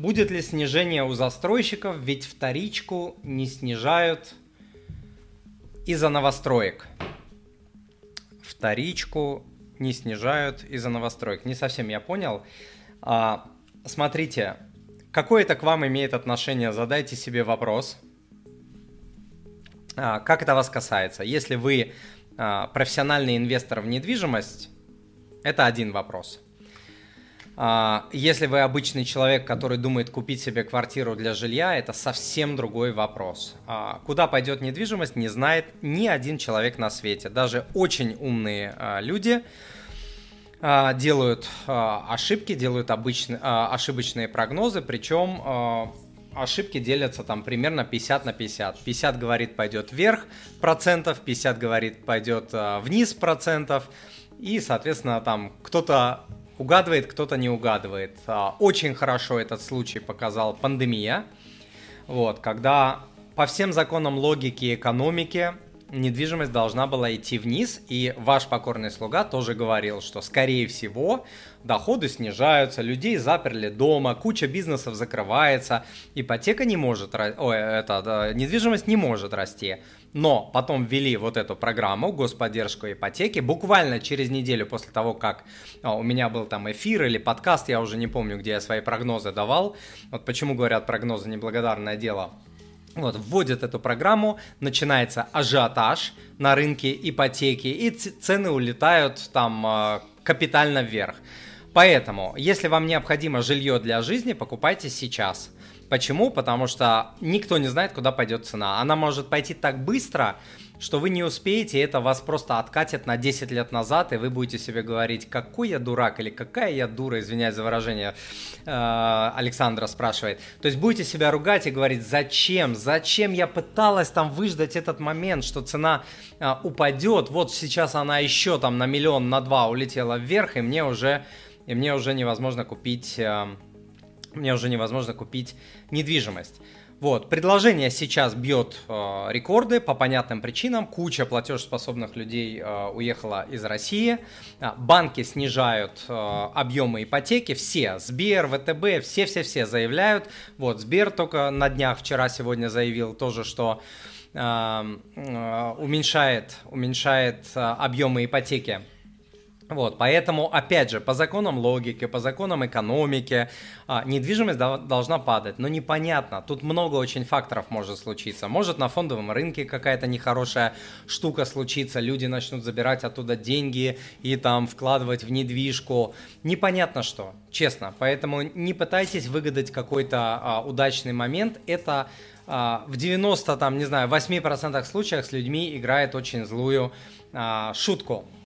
Будет ли снижение у застройщиков, ведь вторичку не снижают из-за новостроек. Вторичку не снижают из-за новостроек. Не совсем я понял. Смотрите, какое это к вам имеет отношение? Задайте себе вопрос. Как это вас касается? Если вы профессиональный инвестор в недвижимость, это один вопрос. Если вы обычный человек, который думает купить себе квартиру для жилья, это совсем другой вопрос. Куда пойдет недвижимость, не знает ни один человек на свете. Даже очень умные люди делают ошибки, делают ошибочные прогнозы, причем ошибки делятся там примерно 50 на 50. 50 говорит пойдет вверх процентов, 50 говорит пойдет вниз процентов. И, соответственно, там кто-то угадывает, кто-то не угадывает. Очень хорошо этот случай показал пандемия. Вот, когда по всем законам логики и экономики недвижимость должна была идти вниз, и ваш покорный слуга тоже говорил, что, скорее всего, доходы снижаются, людей заперли дома, куча бизнесов закрывается, ипотека не может, недвижимость не может расти. Но потом ввели вот эту программу господдержку ипотеки, буквально через неделю после того, как у меня был там эфир или подкаст, я уже не помню, где я свои прогнозы давал. Вот почему говорят, прогнозы неблагодарное дело. Вот, вводят эту программу, начинается ажиотаж на рынке ипотеки, и цены улетают там капитально вверх. Поэтому, если вам необходимо жилье для жизни, покупайте сейчас. Почему? Потому что никто не знает, куда пойдет цена. Она может пойти так быстро, что вы не успеете, и это вас просто откатит на 10 лет назад, и вы будете себе говорить, какой я дурак или какая я дура, извиняюсь за выражение, Александра спрашивает. То есть будете себя ругать и говорить, зачем я пыталась там выждать этот момент, что цена упадет, вот сейчас она еще там на миллион, на 2 улетела вверх, и мне уже невозможно купить... недвижимость. Вот, предложение сейчас бьет рекорды по понятным причинам. Куча платежеспособных людей уехала из России. Банки снижают объемы ипотеки. Все, Сбер, ВТБ, все заявляют. Вот, Сбер только на днях, вчера-сегодня заявил тоже, что уменьшает объемы ипотеки. Вот, поэтому, опять же, по законам логики, по законам экономики, недвижимость должна падать. Но непонятно, тут много очень факторов может случиться. Может на фондовом рынке какая-то нехорошая штука случиться, люди начнут забирать оттуда деньги и там вкладывать в недвижку. Непонятно что, честно. Поэтому не пытайтесь выгадать какой-то удачный момент. Это в 98% случаях с людьми играет очень злую шутку.